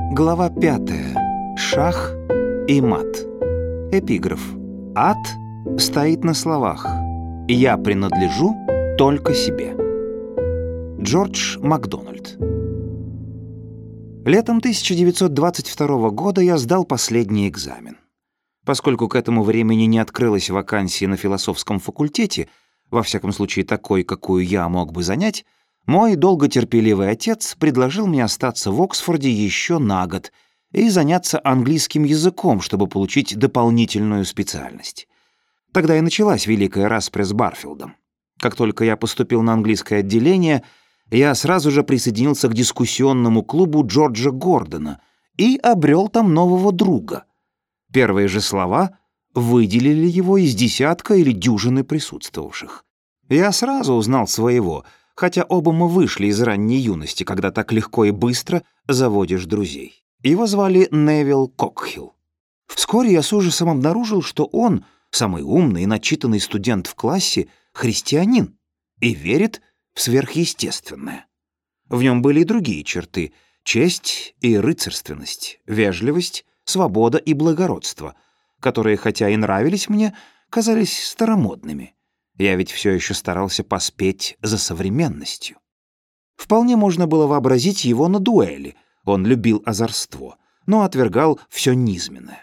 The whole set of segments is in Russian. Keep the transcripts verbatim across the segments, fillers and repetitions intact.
Глава пятая. Шах и мат. Эпиграф. Ад стоит на словах. Я принадлежу только себе. Джордж Макдональд. Летом тысяча девятьсот двадцать второго года я сдал последний экзамен. Поскольку к этому времени не открылась вакансия на философском факультете, во всяком случае такой, какую я мог бы занять, мой долготерпеливый отец предложил мне остаться в Оксфорде еще на год и заняться английским языком, чтобы получить дополнительную специальность. Тогда и началась великая распря с Барфилдом. Как только я поступил на английское отделение, я сразу же присоединился к дискуссионному клубу Джорджа Гордона и обрел там нового друга. Первые же слова выделили его из десятка или дюжины присутствовавших. Я сразу узнал своего, хотя оба мы вышли из ранней юности, когда так легко и быстро заводишь друзей. Его звали Невилл Кокхилл. Вскоре я с ужасом обнаружил, что он, самый умный и начитанный студент в классе, христианин и верит в сверхъестественное. В нем были и другие черты — честь и рыцарственность, вежливость, свобода и благородство, которые, хотя и нравились мне, казались старомодными. Я ведь все еще старался поспеть за современностью. Вполне можно было вообразить его на дуэли. Он любил озорство, но отвергал все низменное.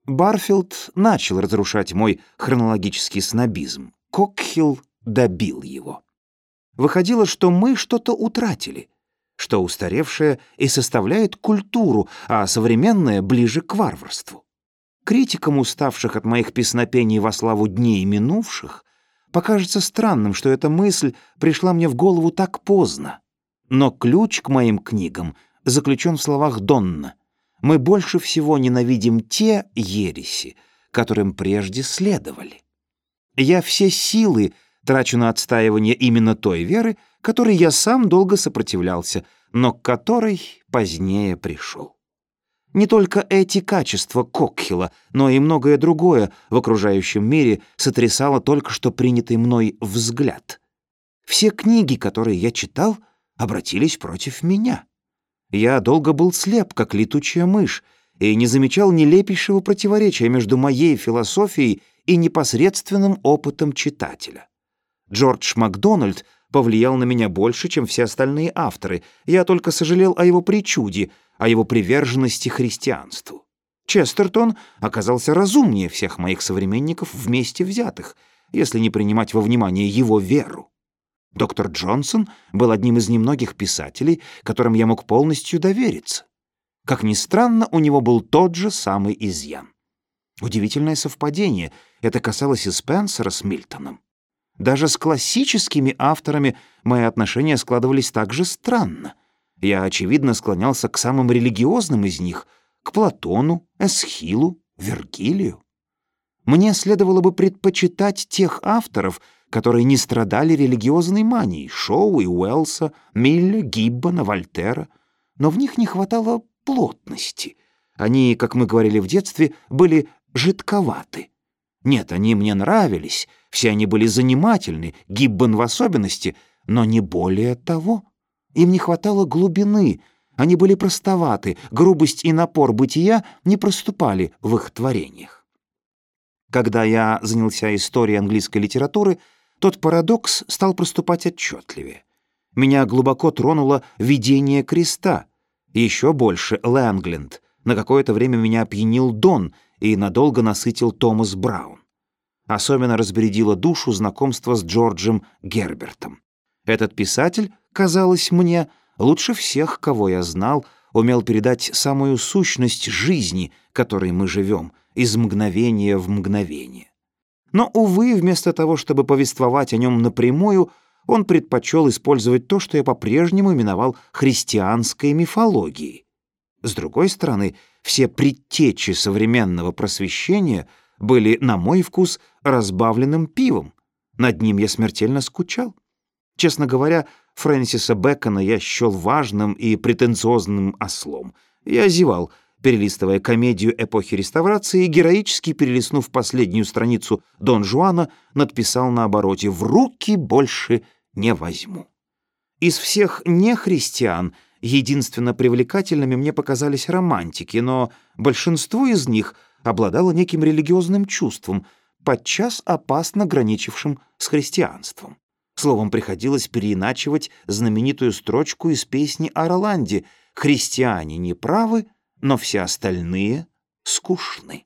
Барфилд начал разрушать мой хронологический снобизм. Кокхилл добил его. Выходило, что мы что-то утратили, что устаревшее и составляет культуру, а современное ближе к варварству. Критикам, уставших от моих песнопений во славу дней минувших, покажется странным, что эта мысль пришла мне в голову так поздно. Но ключ к моим книгам заключен в словах Донна. Мы больше всего ненавидим те ереси, которым прежде следовали. Я все силы трачу на отстаивание именно той веры, которой я сам долго сопротивлялся, но к которой позднее пришел. Не только эти качества Кокхилла, но и многое другое в окружающем мире сотрясало только что принятый мной взгляд. Все книги, которые я читал, обратились против меня. Я долго был слеп, как летучая мышь, и не замечал нелепейшего противоречия между моей философией и непосредственным опытом читателя. Джордж Макдональд повлиял на меня больше, чем все остальные авторы. Я только сожалел о его причуде, о его приверженности христианству. Честертон оказался разумнее всех моих современников вместе взятых, если не принимать во внимание его веру. Доктор Джонсон был одним из немногих писателей, которым я мог полностью довериться. Как ни странно, у него был тот же самый изъян. Удивительное совпадение, это касалось и Спенсера с Мильтоном. Даже с классическими авторами мои отношения складывались так же странно. Я, очевидно, склонялся к самым религиозным из них, к Платону, Эсхилу, Вергилию. Мне следовало бы предпочитать тех авторов, которые не страдали религиозной манией — Шоу и Уэллса, Милля, Гиббона, Вольтера. Но в них не хватало плотности. Они, как мы говорили в детстве, были жидковаты. Нет, они мне нравились, все они были занимательны, Гиббон в особенности, но не более того. Им не хватало глубины, они были простоваты, грубость и напор бытия не проступали в их творениях. Когда я занялся историей английской литературы, тот парадокс стал проступать отчетливее. Меня глубоко тронуло «Видение креста», еще больше Лэнгленд. На какое-то время меня опьянил Дон и надолго насытил Томас Браун. Особенно разбередило душу знакомство с Джорджем Гербертом. Этот писатель, казалось мне, лучше всех, кого я знал, умел передать самую сущность жизни, которой мы живем, из мгновения в мгновение. Но, увы, вместо того, чтобы повествовать о нем напрямую, он предпочел использовать то, что я по-прежнему именовал христианской мифологией. С другой стороны, все предтечи современного просвещения были, на мой вкус, разбавленным пивом. Над ним я смертельно скучал. Честно говоря, Фрэнсиса Бэкона я счел важным и претенциозным ослом. Я зевал, перелистывая комедию эпохи реставрации, и, героически перелистнув последнюю страницу Дон Жуана, надписал на обороте «В руки больше не возьму». Из всех нехристиан Единственно привлекательными мне показались романтики, но большинство из них обладало неким религиозным чувством, подчас опасно граничившим с христианством. Словом, приходилось переиначивать знаменитую строчку из песни о Роланде: «Христиане не правы, но все остальные скучны».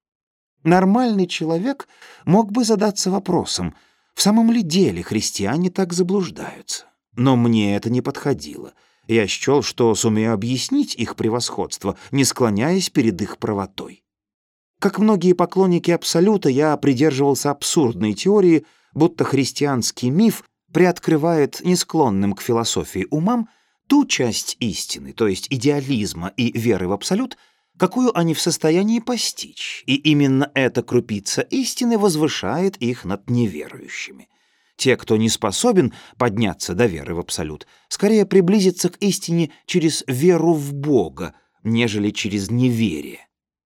Нормальный человек мог бы задаться вопросом, в самом ли деле христиане так заблуждаются. Но мне это не подходило. Я счел, что сумею объяснить их превосходство, не склоняясь перед их правотой. Как многие поклонники Абсолюта, я придерживался абсурдной теории, будто христианский миф приоткрывает несклонным к философии умам ту часть истины, то есть идеализма и веры в Абсолют, какую они в состоянии постичь, и именно эта крупица истины возвышает их над неверующими. Те, кто не способен подняться до веры в Абсолют, скорее приблизятся к истине через веру в Бога, нежели через неверие.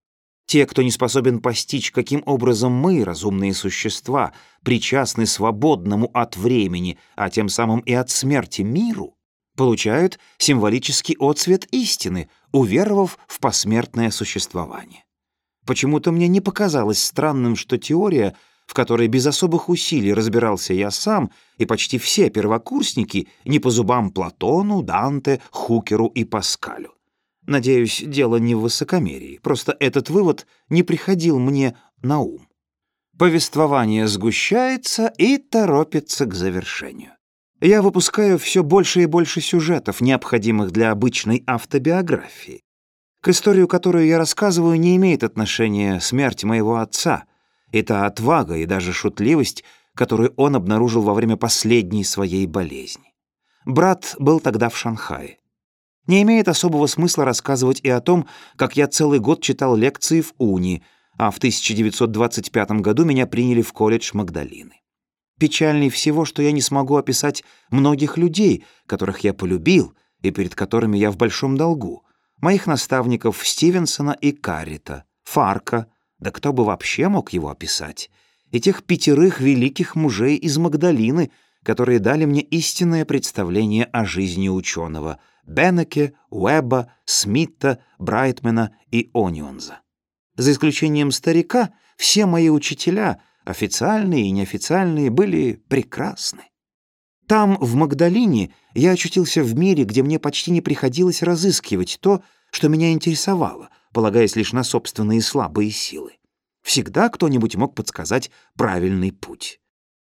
Те, кто не способен постичь, каким образом мы, разумные существа, причастны свободному от времени, а тем самым и от смерти миру, получают символический отсвет истины, уверовав в посмертное существование. Почему-то мне не показалось странным, что теория, в которой без особых усилий разбирался я сам и почти все первокурсники, не по зубам Платону, Данте, Хукеру и Паскалю. Надеюсь, дело не в высокомерии, просто этот вывод не приходил мне на ум. Повествование сгущается и торопится к завершению. Я выпускаю все больше и больше сюжетов, необходимых для обычной автобиографии. К историю, которую я рассказываю, не имеет отношения смерть моего отца, и та отвага и даже шутливость, которую он обнаружил во время последней своей болезни. Брат был тогда в Шанхае. Не имеет особого смысла рассказывать и о том, как я целый год читал лекции в Уни, а в тысяча девятьсот двадцать пятом году меня приняли в колледж Магдалины. Печальней всего, что я не смогу описать многих людей, которых я полюбил и перед которыми я в большом долгу, моих наставников Стивенсона и Каррита, Фарка, да кто бы вообще мог его описать, и тех пятерых великих мужей из Магдалины, которые дали мне истинное представление о жизни ученого — Беннеке, Уэбба, Смита, Брайтмена и Онионза. За исключением старика, все мои учителя, официальные и неофициальные, были прекрасны. Там, в Магдалине, я очутился в мире, где мне почти не приходилось разыскивать то, что меня интересовало, полагаясь лишь на собственные слабые силы. Всегда кто-нибудь мог подсказать правильный путь.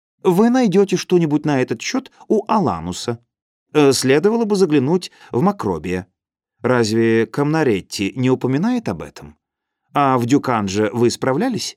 Вы найдете что-нибудь на этот счет у Алануса. Следовало бы заглянуть в Макробия. Разве Камнаретти не упоминает об этом? А в Дюканже вы справлялись?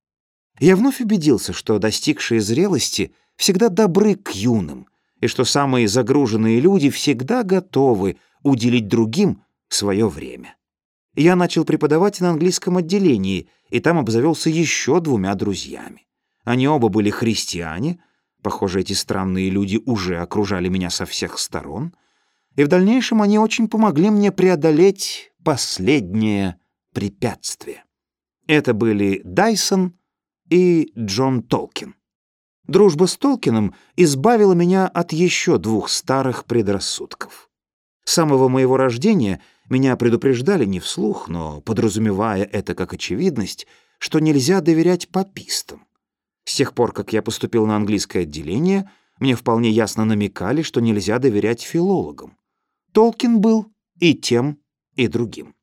Я вновь убедился, что достигшие зрелости всегда добры к юным, и что самые загруженные люди всегда готовы уделить другим свое время. Я начал преподавать на английском отделении, и там обзавелся еще двумя друзьями. Они оба были христиане. Похоже, эти странные люди уже окружали меня со всех сторон, и в дальнейшем они очень помогли мне преодолеть последнее препятствие. Это были Дайсон и Джон Толкин. Дружба с Толкином избавила меня от еще двух старых предрассудков. С самого моего рождения меня предупреждали не вслух, но подразумевая это как очевидность, что нельзя доверять папистам. С тех пор, как я поступил на английское отделение, мне вполне ясно намекали, что нельзя доверять филологам. Толкин был и тем, и другим.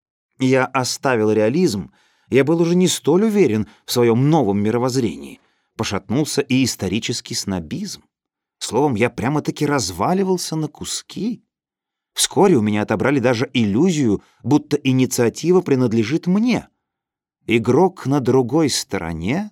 Я оставил реализм, я был уже не столь уверен в своем новом мировоззрении. Пошатнулся и исторический снобизм. Словом, я прямо-таки разваливался на куски. Вскоре у меня отобрали даже иллюзию, будто инициатива принадлежит мне. Игрок на другой стороне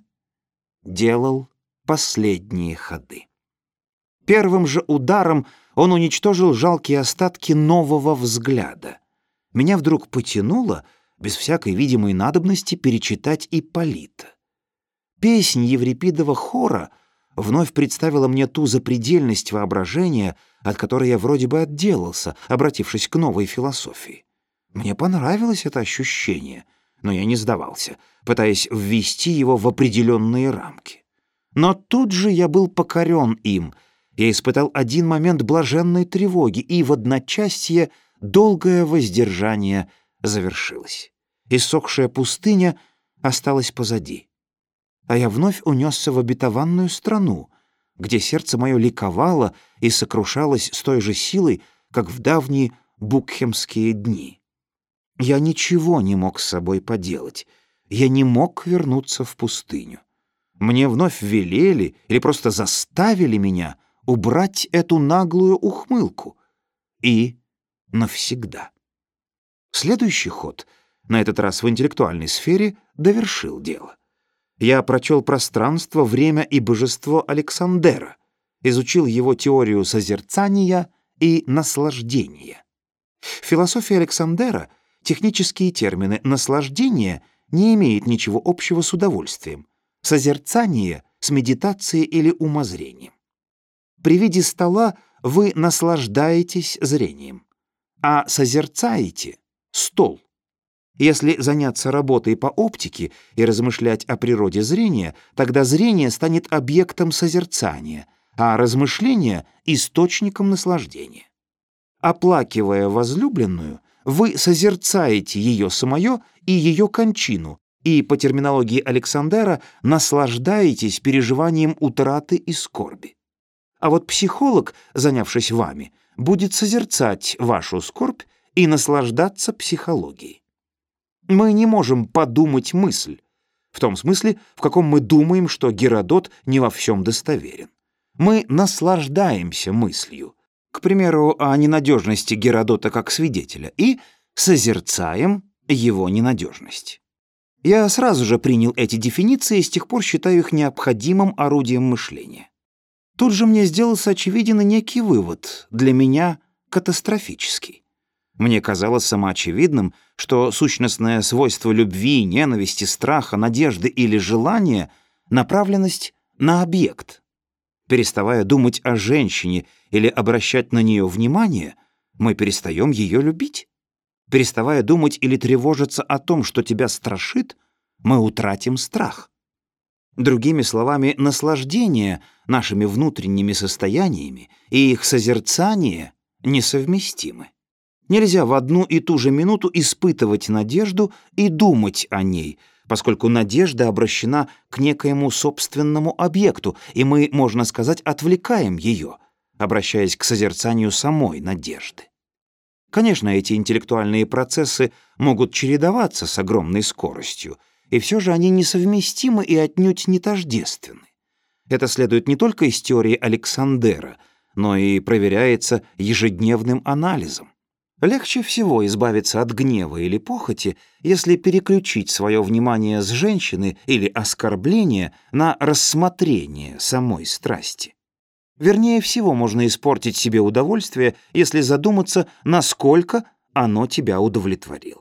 делал последние ходы. Первым же ударом он уничтожил жалкие остатки нового взгляда. Меня вдруг потянуло, без всякой видимой надобности, перечитать Ипполита. Песнь Еврипидова хора вновь представила мне ту запредельность воображения, от которой я вроде бы отделался, обратившись к новой философии. Мне понравилось это ощущение, но я не сдавался, пытаясь ввести его в определенные рамки. Но тут же я был покорен им, Я испытал один момент блаженной тревоги, и в одночасье долгое воздержание завершилось. Иссохшая пустыня осталась позади. А я вновь унесся в обетованную страну, где сердце мое ликовало и сокрушалось с той же силой, как в давние букхемские дни. Я ничего не мог с собой поделать. Я не мог вернуться в пустыню. Мне вновь велели или просто заставили меня убрать эту наглую ухмылку. И навсегда. Следующий ход, на этот раз в интеллектуальной сфере, довершил дело. Я прочел «Пространство, время и божество» Александера, изучил его теорию созерцания и наслаждения. В философии Александера технические термины «наслаждение» не имеют ничего общего с удовольствием, «созерцание» — с медитацией или умозрением. При виде стола вы наслаждаетесь зрением, а созерцаете — стол. Если заняться работой по оптике и размышлять о природе зрения, тогда зрение станет объектом созерцания, а размышление — источником наслаждения. Оплакивая возлюбленную, вы созерцаете ее самое и ее кончину, и, по терминологии Александера, наслаждаетесь переживанием утраты и скорби. А вот психолог, занявшись вами, будет созерцать вашу скорбь и наслаждаться психологией. Мы не можем подумать мысль, в том смысле, в каком мы думаем, что Геродот не во всем достоверен. Мы наслаждаемся мыслью, к примеру, о ненадежности Геродота как свидетеля, и созерцаем его ненадежность. Я сразу же принял эти дефиниции и с тех пор считаю их необходимым орудием мышления. Тут же мне сделался очевиден и некий вывод, для меня катастрофический. Мне казалось самоочевидным, что сущностное свойство любви, ненависти, страха, надежды или желания — направленность на объект. Переставая думать о женщине или обращать на нее внимание, мы перестаем ее любить. Переставая думать или тревожиться о том, что тебя страшит, мы утратим страх. Другими словами, наслаждение нашими внутренними состояниями и их созерцание несовместимы. Нельзя в одну и ту же минуту испытывать надежду и думать о ней, поскольку надежда обращена к некоему собственному объекту, и мы, можно сказать, отвлекаем ее, обращаясь к созерцанию самой надежды. Конечно, эти интеллектуальные процессы могут чередоваться с огромной скоростью, и все же они несовместимы и отнюдь не тождественны. Это следует не только из теории Александера, но и проверяется ежедневным анализом. Легче всего избавиться от гнева или похоти, если переключить свое внимание с женщины или оскорбления на рассмотрение самой страсти. Вернее всего можно испортить себе удовольствие, если задуматься, насколько оно тебя удовлетворило.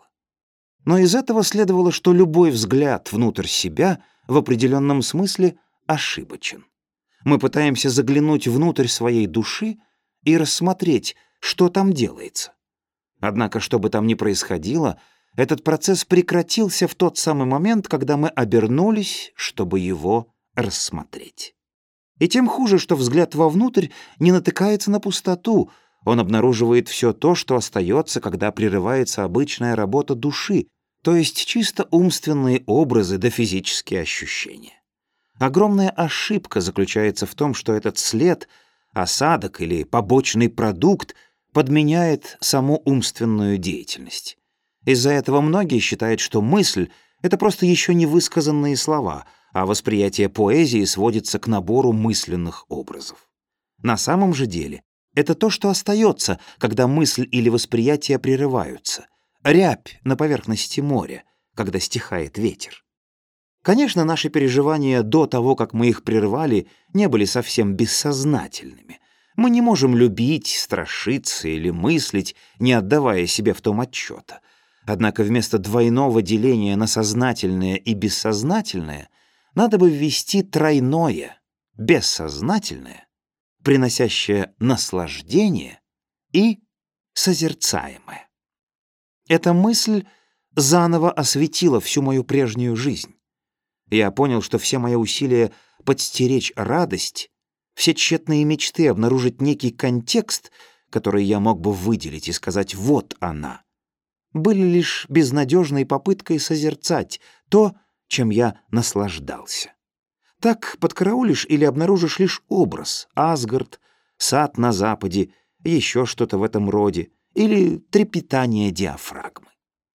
Но из этого следовало, что любой взгляд внутрь себя в определенном смысле ошибочен. Мы пытаемся заглянуть внутрь своей души и рассмотреть, что там делается. Однако, что бы там ни происходило, этот процесс прекратился в тот самый момент, когда мы обернулись, чтобы его рассмотреть. И тем хуже, что взгляд вовнутрь не натыкается на пустоту, он обнаруживает все то, что остается, когда прерывается обычная работа души, то есть чисто умственные образы да физические ощущения. Огромная ошибка заключается в том, что этот след, осадок или побочный продукт подменяет саму умственную деятельность. Из-за этого многие считают, что мысль — это просто еще не высказанные слова, а восприятие поэзии сводится к набору мысленных образов. На самом же деле это то, что остается, когда мысль или восприятие прерываются, рябь на поверхности моря, когда стихает ветер. Конечно, наши переживания до того, как мы их прервали, не были совсем бессознательными. Мы не можем любить, страшиться или мыслить, не отдавая себе в том отчета. Однако вместо двойного деления на сознательное и бессознательное надо бы ввести тройное, бессознательное, приносящее наслаждение и созерцаемое. Эта мысль заново осветила всю мою прежнюю жизнь. Я понял, что все мои усилия подстеречь радость Все тщетные мечты обнаружить некий контекст, который я мог бы выделить и сказать «вот она», были лишь безнадежной попыткой созерцать то, чем я наслаждался. Так подкараулишь или обнаружишь лишь образ: Асгард, сад на западе, еще что-то в этом роде, или трепетание диафрагмы.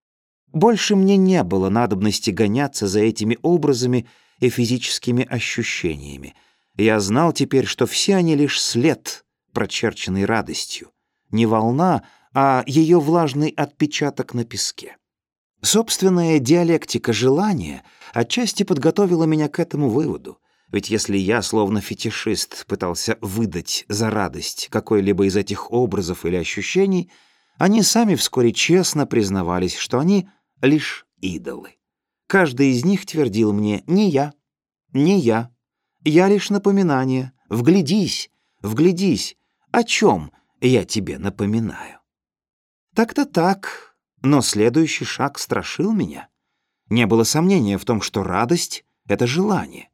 Больше мне не было надобности гоняться за этими образами и физическими ощущениями. Я знал теперь, что все они лишь след, прочерченный радостью, не волна, а ее влажный отпечаток на песке. Собственная диалектика желания отчасти подготовила меня к этому выводу, ведь если я, словно фетишист, пытался выдать за радость какой-либо из этих образов или ощущений, они сами вскоре честно признавались, что они лишь идолы. Каждый из них твердил мне: «Не я, не я, я лишь напоминание, вглядись, вглядись, о чем я тебе напоминаю». Так-то так, но следующий шаг страшил меня. Не было сомнения в том, что радость — это желание.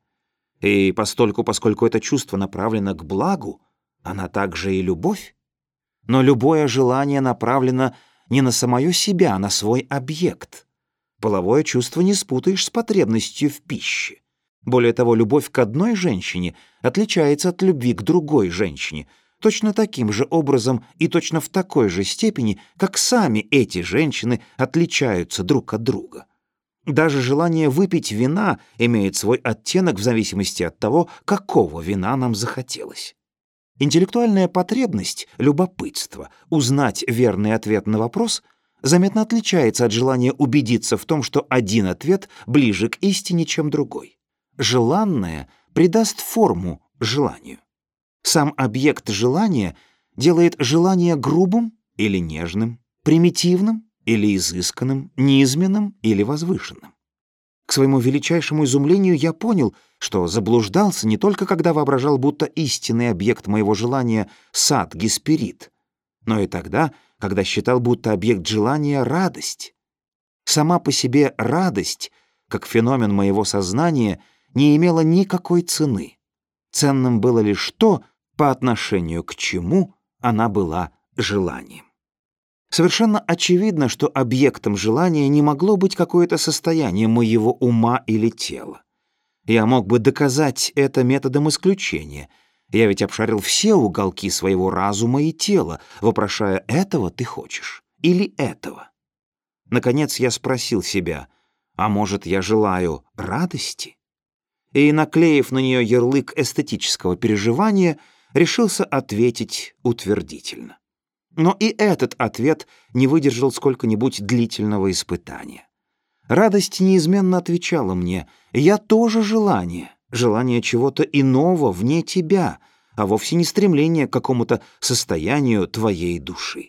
И постольку, поскольку это чувство направлено к благу, она также и любовь. Но любое желание направлено не на самое себя, а на свой объект. Половое чувство не спутаешь с потребностью в пище. Более того, любовь к одной женщине отличается от любви к другой женщине, точно таким же образом и точно в такой же степени, как сами эти женщины отличаются друг от друга. Даже желание выпить вина имеет свой оттенок в зависимости от того, какого вина нам захотелось. Интеллектуальная потребность, любопытство, узнать верный ответ на вопрос заметно отличается от желания убедиться в том, что один ответ ближе к истине, чем другой. Желанное придаст форму желанию. Сам объект желания делает желание грубым или нежным, примитивным или изысканным, низменным или возвышенным. К своему величайшему изумлению я понял, что заблуждался не только когда воображал, будто истинный объект моего желания — сад Гесперид, но и тогда, когда считал, будто объект желания — радость. Сама по себе радость, как феномен моего сознания, не имела никакой цены. Ценным было лишь то, по отношению к чему она была желанием. Совершенно очевидно, что объектом желания не могло быть какое-то состояние моего ума или тела. Я мог бы доказать это методом исключения. Я ведь обшарил все уголки своего разума и тела, вопрошая: «Этого ты хочешь? Или этого?» Наконец я спросил себя: «А может, я желаю радости?» И, наклеив на нее ярлык эстетического переживания, решился ответить утвердительно. Но и этот ответ не выдержал сколько-нибудь длительного испытания. Радость неизменно отвечала мне: «Я тоже желание, желание чего-то иного вне тебя, а вовсе не стремление к какому-то состоянию твоей души».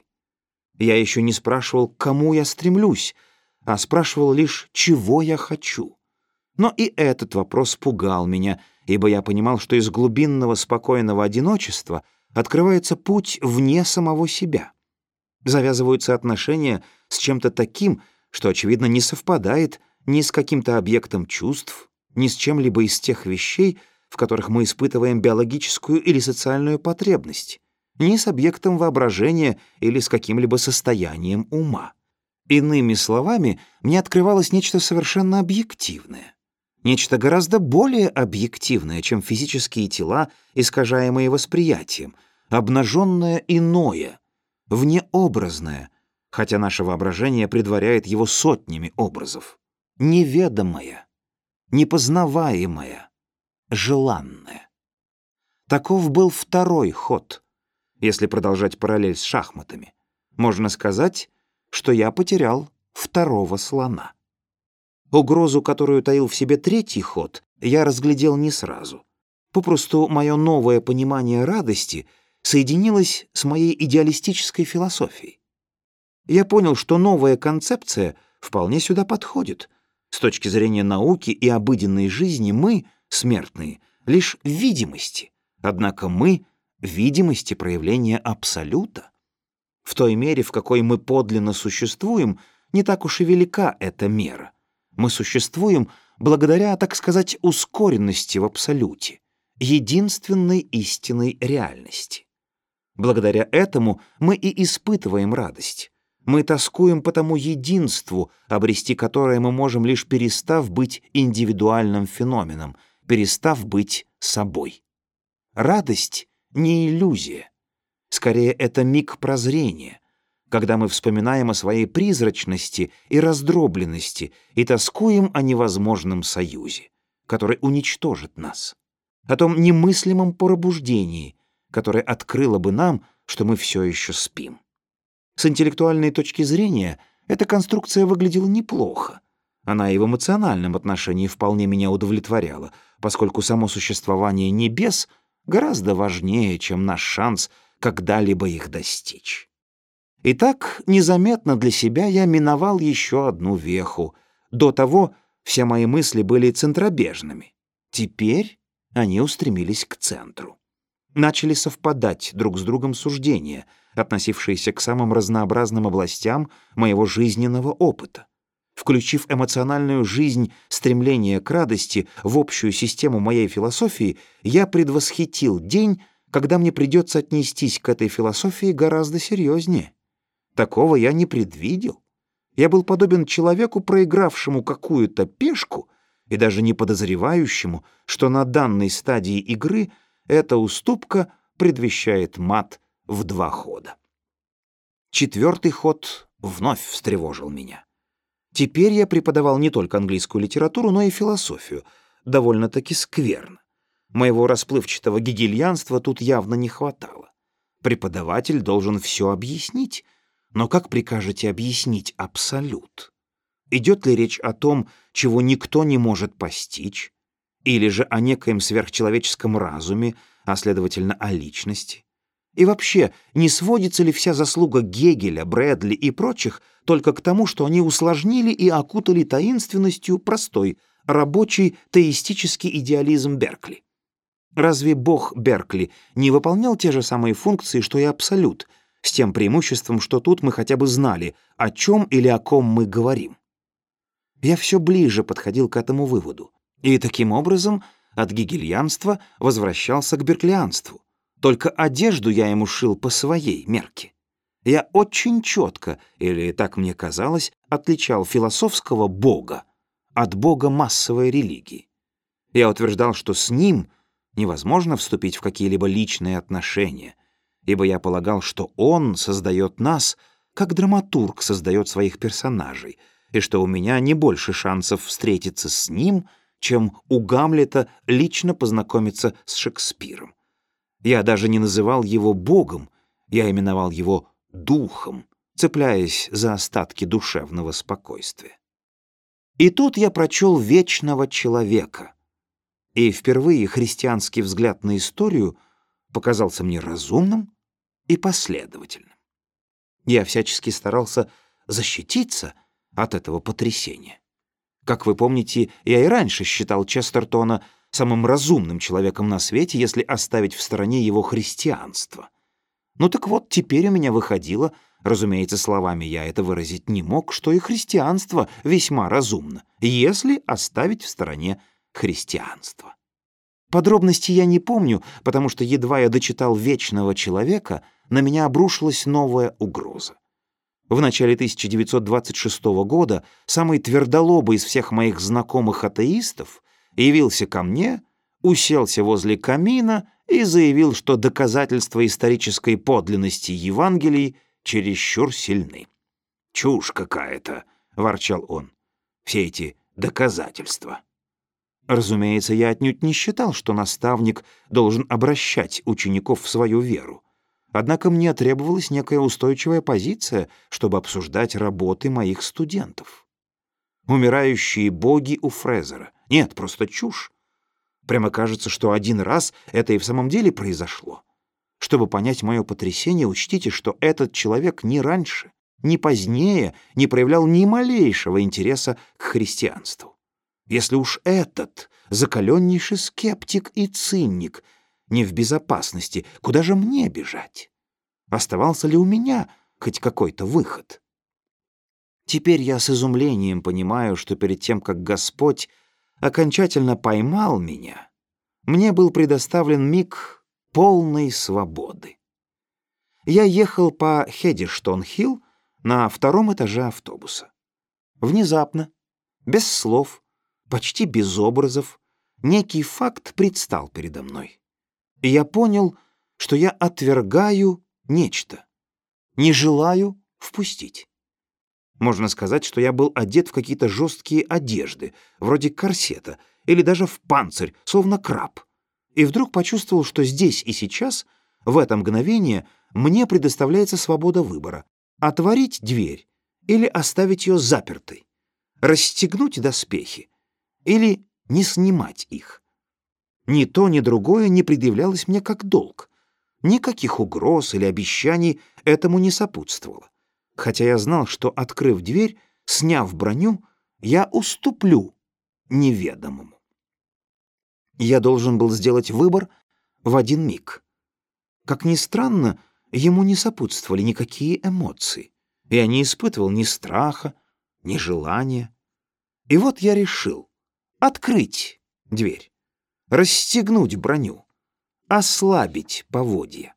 Я еще не спрашивал, к кому я стремлюсь, а спрашивал лишь, чего я хочу. Но и этот вопрос пугал меня, ибо я понимал, что из глубинного спокойного одиночества открывается путь вне самого себя. Завязываются отношения с чем-то таким, что, очевидно, не совпадает ни с каким-то объектом чувств, ни с чем-либо из тех вещей, в которых мы испытываем биологическую или социальную потребность, ни с объектом воображения или с каким-либо состоянием ума. Иными словами, мне открывалось нечто совершенно объективное. Нечто гораздо более объективное, чем физические тела, искажаемые восприятием, обнаженное иное, внеобразное, хотя наше воображение предваряет его сотнями образов, неведомое, непознаваемое, желанное. Таков был второй ход, если продолжать параллель с шахматами. Можно сказать, что я потерял второго слона. Угрозу, которую таил в себе третий ход, я разглядел не сразу. Попросту мое новое понимание радости соединилось с моей идеалистической философией. Я понял, что новая концепция вполне сюда подходит. С точки зрения науки и обыденной жизни мы, смертные, лишь в видимости, однако мы — в видимости проявления абсолюта. В той мере, в какой мы подлинно существуем, не так уж и велика эта мера. Мы существуем благодаря, так сказать, ускоренности в абсолюте, единственной истинной реальности. Благодаря этому мы и испытываем радость. Мы тоскуем по тому единству, обрести которое мы можем, лишь перестав быть индивидуальным феноменом, перестав быть собой. Радость — не иллюзия. Скорее, это миг прозрения, когда мы вспоминаем о своей призрачности и раздробленности и тоскуем о невозможном союзе, который уничтожит нас, о том немыслимом пробуждении, которое открыло бы нам, что мы все еще спим. С интеллектуальной точки зрения эта конструкция выглядела неплохо. Она и в эмоциональном отношении вполне меня удовлетворяла, поскольку само существование небес гораздо важнее, чем наш шанс когда-либо их достичь. Итак, незаметно для себя я миновал еще одну веху. До того все мои мысли были центробежными. Теперь они устремились к центру. Начали совпадать друг с другом суждения, относившиеся к самым разнообразным областям моего жизненного опыта. Включив эмоциональную жизнь, стремление к радости в общую систему моей философии, я предвосхитил день, когда мне придется отнестись к этой философии гораздо серьезнее. Такого я не предвидел. Я был подобен человеку, проигравшему какую-то пешку и даже не подозревающему, что на данной стадии игры эта уступка предвещает мат в два хода. Четвертый ход вновь встревожил меня. Теперь я преподавал не только английскую литературу, но и философию, довольно-таки скверно. Моего расплывчатого гегельянства тут явно не хватало. Преподаватель должен все объяснить, но как прикажете объяснить абсолют? Идет ли речь о том, чего никто не может постичь, или же о некоем сверхчеловеческом разуме, а следовательно о личности? И вообще, не сводится ли вся заслуга Гегеля, Брэдли и прочих только к тому, что они усложнили и окутали таинственностью простой, рабочий теистический идеализм Беркли? Разве бог Беркли не выполнял те же самые функции, что и абсолют, с тем преимуществом, что тут мы хотя бы знали, о чем или о ком мы говорим? Я все ближе подходил к этому выводу, и таким образом от гегельянства возвращался к берклианству. Только одежду я ему шил по своей мерке. Я очень четко, или так мне казалось, отличал философского бога от бога массовой религии. Я утверждал, что с ним невозможно вступить в какие-либо личные отношения, ибо я полагал, что он создает нас, как драматург создает своих персонажей, и что у меня не больше шансов встретиться с ним, чем у Гамлета лично познакомиться с Шекспиром. Я даже не называл его богом, я именовал его духом, цепляясь за остатки душевного спокойствия. И тут я прочел «Вечного человека», и впервые христианский взгляд на историю показался мне разумным и последовательным. Я всячески старался защититься от этого потрясения. Как вы помните, я и раньше считал Честертона самым разумным человеком на свете, если оставить в стороне его христианство. Ну так вот, теперь у меня выходило, разумеется, словами я это выразить не мог, что и христианство весьма разумно, если оставить в стороне христианство. Подробностей я не помню, потому что едва я дочитал «Вечного человека», на меня обрушилась новая угроза. В начале тысяча девятьсот двадцать шестого года самый твердолобый из всех моих знакомых атеистов явился ко мне, уселся возле камина и заявил, что доказательства исторической подлинности Евангелий чересчур сильны. «Чушь какая-то», — ворчал он, — «все эти доказательства». Разумеется, я отнюдь не считал, что наставник должен обращать учеников в свою веру. Однако мне требовалась некая устойчивая позиция, чтобы обсуждать работы моих студентов. Умирающие боги у Фрезера. Нет, просто чушь. Прямо кажется, что один раз это и в самом деле произошло. Чтобы понять мое потрясение, учтите, что этот человек ни раньше, ни позднее не проявлял ни малейшего интереса к христианству. Если уж этот закаленнейший скептик и циник не в безопасности, куда же мне бежать? Оставался ли у меня хоть какой-то выход? Теперь я с изумлением понимаю, что перед тем, как Господь окончательно поймал меня, мне был предоставлен миг полной свободы. Я ехал по Хедиштон-Хилл на втором этаже автобуса. Внезапно, без слов, почти без образов, некий факт предстал передо мной. И я понял, что я отвергаю нечто, не желаю впустить. Можно сказать, что я был одет в какие-то жесткие одежды, вроде корсета, или даже в панцирь, словно краб. И вдруг почувствовал, что здесь и сейчас, в это мгновение, мне предоставляется свобода выбора — отворить дверь или оставить ее запертой, расстегнуть доспехи или не снимать их. Ни то, ни другое не предъявлялось мне как долг. Никаких угроз или обещаний этому не сопутствовало. Хотя я знал, что, открыв дверь, сняв броню, я уступлю неведомому. Я должен был сделать выбор в один миг. Как ни странно, ему не сопутствовали никакие эмоции. Я не испытывал ни страха, ни желания. И вот я решил открыть дверь, расстегнуть броню, ослабить поводья.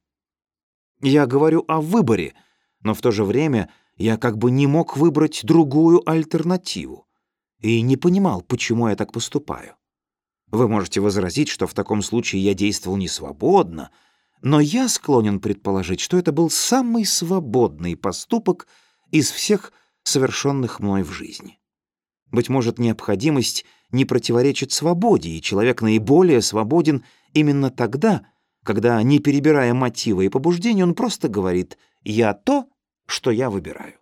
Я говорю о выборе, но в то же время я как бы не мог выбрать другую альтернативу и не понимал, почему я так поступаю. Вы можете возразить, что в таком случае я действовал не свободно, но я склонен предположить, что это был самый свободный поступок из всех совершенных мной в жизни. Быть может, необходимость не противоречит свободе, и человек наиболее свободен именно тогда, когда, не перебирая мотивы и побуждения, он просто говорит «я то, что я выбираю».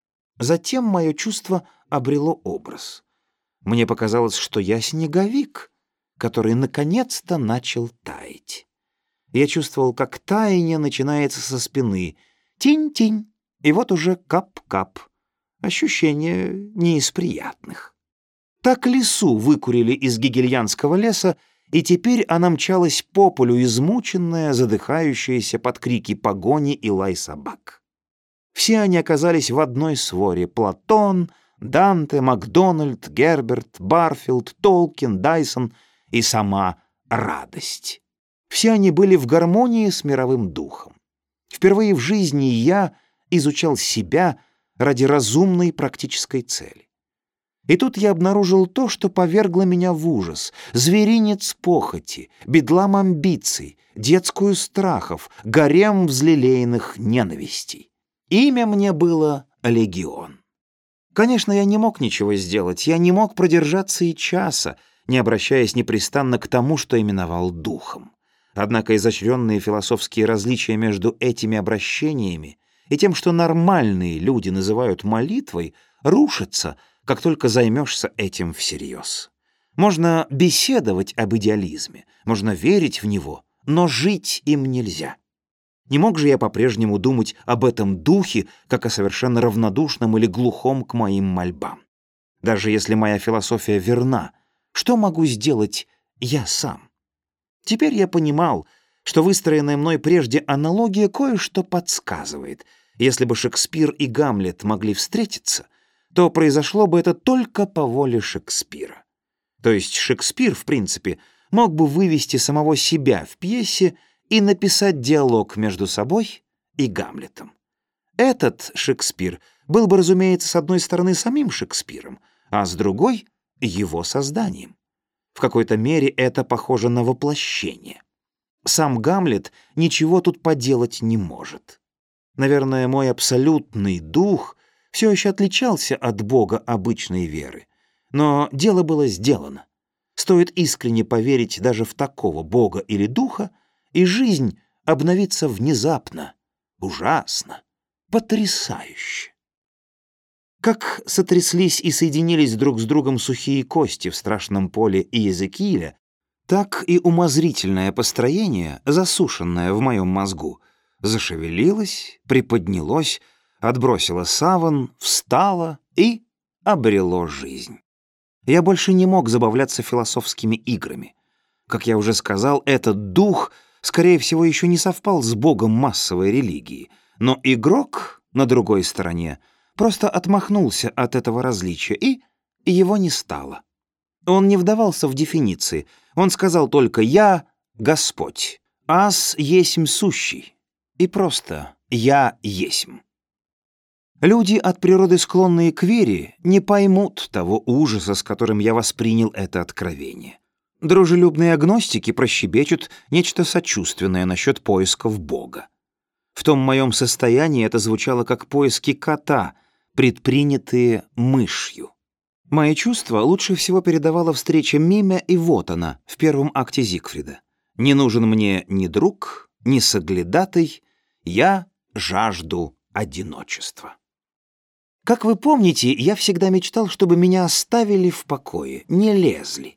Затем мое чувство обрело образ. Мне показалось, что я снеговик, который наконец-то начал таять. Я чувствовал, как таяние начинается со спины. Тинь-тинь, и вот уже кап-кап. Ощущение не из приятных. Так лису выкурили из гигельянского леса, и теперь она мчалась по полю, измученная, задыхающаяся под крики погони и лай собак. Все они оказались в одной своре: Платон, Данте, Макдональд, Герберт, Барфилд, Толкин, Дайсон и сама радость. Все они были в гармонии с мировым духом. Впервые в жизни я изучал себя ради разумной практической цели. И тут я обнаружил то, что повергло меня в ужас: зверинец похоти, бедлам амбиций, детскую страхов, гарем взлелеянных ненавистей. Имя мне было Легион. Конечно, я не мог ничего сделать, я не мог продержаться и часа, не обращаясь непрестанно к тому, что именовал духом. Однако изощренные философские различия между этими обращениями и тем, что нормальные люди называют молитвой, рушатся, как только займешься этим всерьез. Можно беседовать об идеализме, можно верить в него, но жить им нельзя. Не мог же я по-прежнему думать об этом духе, как о совершенно равнодушном или глухом к моим мольбам. Даже если моя философия верна, что могу сделать я сам? Теперь я понимал, что выстроенная мной прежде аналогия кое-что подсказывает. Если бы Шекспир и Гамлет могли встретиться, то произошло бы это только по воле Шекспира. То есть Шекспир, в принципе, мог бы вывести самого себя в пьесе и написать диалог между собой и Гамлетом. Этот Шекспир был бы, разумеется, с одной стороны самим Шекспиром, а с другой — его созданием. В какой-то мере это похоже на воплощение. Сам Гамлет ничего тут поделать не может. Наверное, мой абсолютный дух все еще отличался от Бога обычной веры. Но дело было сделано. Стоит искренне поверить даже в такого Бога или духа, и жизнь обновится внезапно, ужасно, потрясающе. Как сотряслись и соединились друг с другом сухие кости в страшном поле Иезекииля, так и умозрительное построение, засушенное в моем мозгу, зашевелилось, приподнялось, отбросило саван, встало и обрело жизнь. Я больше не мог забавляться философскими играми. Как я уже сказал, этот дух, скорее всего, еще не совпал с богом массовой религии, но игрок на другой стороне просто отмахнулся от этого различия, и его не стало. Он не вдавался в дефиниции, Он сказал только «Я Господь, аз есмь сущий» и просто «Я есмь». Люди, от природы склонные к вере, не поймут того ужаса, с которым я воспринял это откровение. Дружелюбные агностики прощебечут нечто сочувственное насчет поисков Бога. В том моем состоянии это звучало как поиски кота, предпринятые мышью. Мои чувства лучше всего передавала встреча Миме и вот она в первом акте Зигфрида. «Не нужен мне ни друг, ни соглядатый, я жажду одиночества». Как вы помните, я всегда мечтал, чтобы меня оставили в покое, не лезли.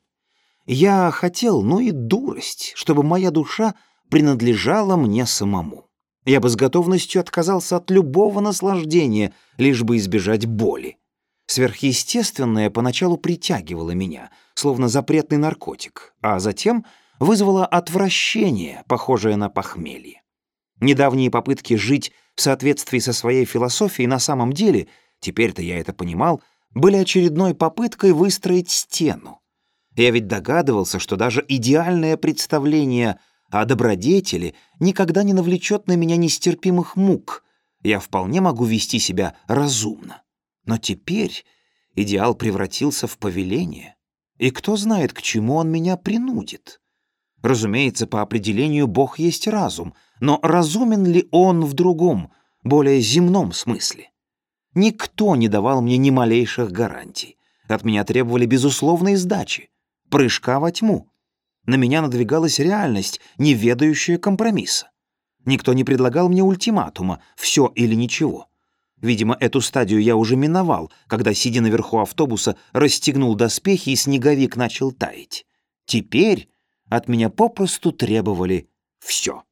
Я хотел, ну и дурость, чтобы моя душа принадлежала мне самому. Я бы с готовностью отказался от любого наслаждения, лишь бы избежать боли. Сверхъестественное поначалу притягивало меня, словно запретный наркотик, а затем вызвало отвращение, похожее на похмелье. Недавние попытки жить в соответствии со своей философией на самом деле, теперь-то я это понимал, были очередной попыткой выстроить стену. Я ведь догадывался, что даже идеальное представление о добродетели никогда не навлечет на меня нестерпимых мук. Я вполне могу вести себя разумно. Но теперь идеал превратился в повеление. И кто знает, к чему он меня принудит? Разумеется, по определению Бог есть разум, но разумен ли он в другом, более земном смысле? Никто не давал мне ни малейших гарантий. От меня требовали безусловной сдачи, прыжка во тьму. На меня надвигалась реальность, не ведающая компромисса. Никто не предлагал мне ультиматума «все или ничего». Видимо, эту стадию я уже миновал, когда, сидя наверху автобуса, расстегнул доспехи, и снеговик начал таять. Теперь от меня попросту требовали все.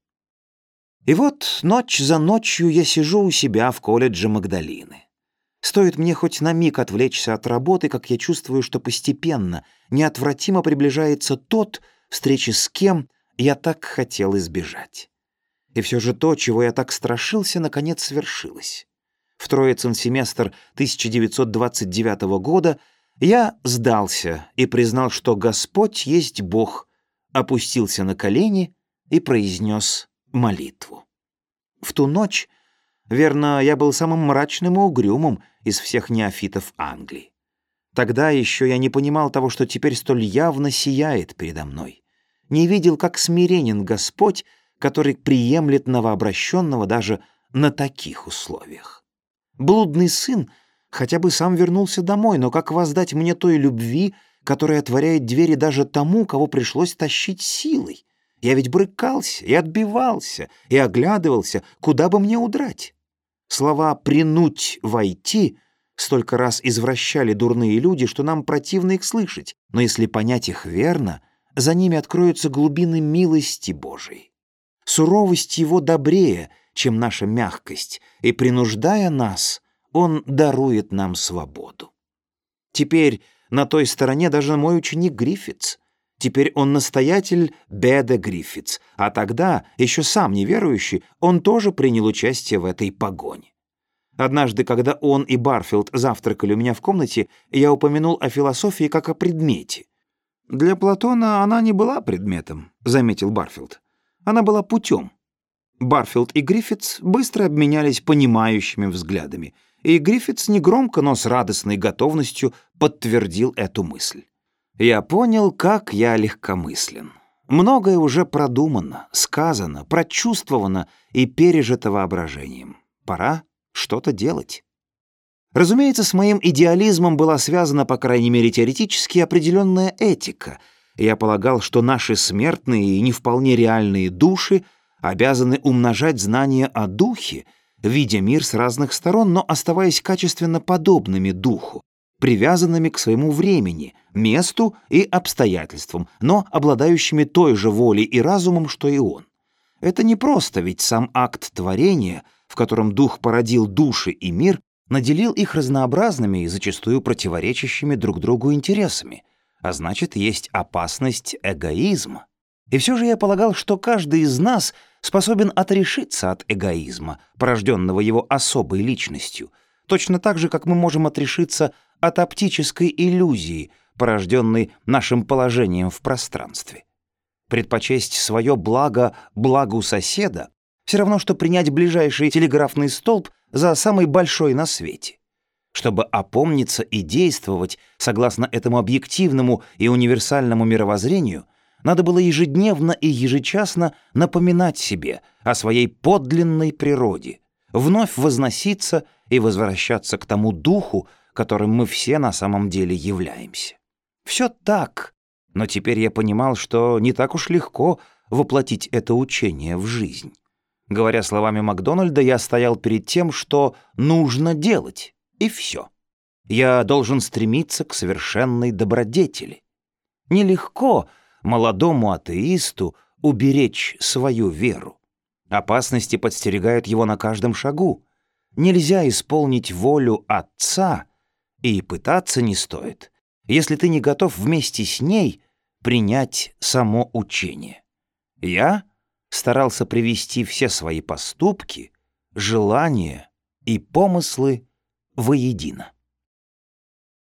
И вот ночь за ночью я сижу у себя в колледже Магдалины. Стоит мне хоть на миг отвлечься от работы, как я чувствую, что постепенно, неотвратимо приближается тот, встречи с кем я так хотел избежать. И все же то, чего я так страшился, наконец свершилось. В Троицын семестр тысяча девятьсот двадцать девятого года я сдался и признал, что Господь есть Бог, опустился на колени и произнес молитву. В ту ночь, верно, я был самым мрачным и угрюмым из всех неофитов Англии. Тогда еще я не понимал того, что теперь столь явно сияет передо мной. Не видел, как смиренен Господь, который приемлет новообращенного даже на таких условиях. Блудный сын хотя бы сам вернулся домой, но как воздать мне той любви, которая отворяет двери даже тому, кого пришлось тащить силой? Я ведь брыкался и отбивался, и оглядывался, куда бы мне удрать. Слова «принуть войти» столько раз извращали дурные люди, что нам противно их слышать, но если понять их верно, за ними откроются глубины милости Божией. Суровость его добрее, чем наша мягкость, и, принуждая нас, он дарует нам свободу. Теперь на той стороне даже мой ученик Гриффитс. Теперь он настоятель Беда Гриффитс, а тогда, еще сам неверующий, он тоже принял участие в этой погоне. Однажды, когда он и Барфилд завтракали у меня в комнате, я упомянул о философии как о предмете. «Для Платона она не была предметом», — заметил Барфилд. «Она была путем». Барфилд и Гриффитс быстро обменялись понимающими взглядами, и Гриффитс негромко, но с радостной готовностью подтвердил эту мысль. Я понял, как я легкомыслен. Многое уже продумано, сказано, прочувствовано и пережито воображением. Пора что-то делать. Разумеется, с моим идеализмом была связана, по крайней мере теоретически, определенная этика. Я полагал, что наши смертные и не вполне реальные души обязаны умножать знания о духе, видя мир с разных сторон, но оставаясь качественно подобными духу, привязанными к своему времени, месту и обстоятельствам, но обладающими той же волей и разумом, что и он. Это не просто, ведь сам акт творения, в котором дух породил души и мир, наделил их разнообразными и зачастую противоречащими друг другу интересами, а значит, есть опасность эгоизма. И все же я полагал, что каждый из нас способен отрешиться от эгоизма, порожденного его особой личностью, точно так же, как мы можем отрешиться от оптической иллюзии, порожденный нашим положением в пространстве. Предпочесть свое благо благу соседа все равно, что принять ближайший телеграфный столб за самый большой на свете. Чтобы опомниться и действовать согласно этому объективному и универсальному мировоззрению, надо было ежедневно и ежечасно напоминать себе о своей подлинной природе, вновь возноситься и возвращаться к тому духу, которым мы все на самом деле являемся. Все так, но теперь я понимал, что не так уж легко воплотить это учение в жизнь. Говоря словами Макдональда, я стоял перед тем, что нужно делать, и все. Я должен стремиться к совершенной добродетели. Нелегко молодому атеисту уберечь свою веру. Опасности подстерегают его на каждом шагу. Нельзя исполнить волю Отца, и пытаться не стоит, если ты не готов вместе с ней принять само учение. Я старался привести все свои поступки, желания и помыслы воедино.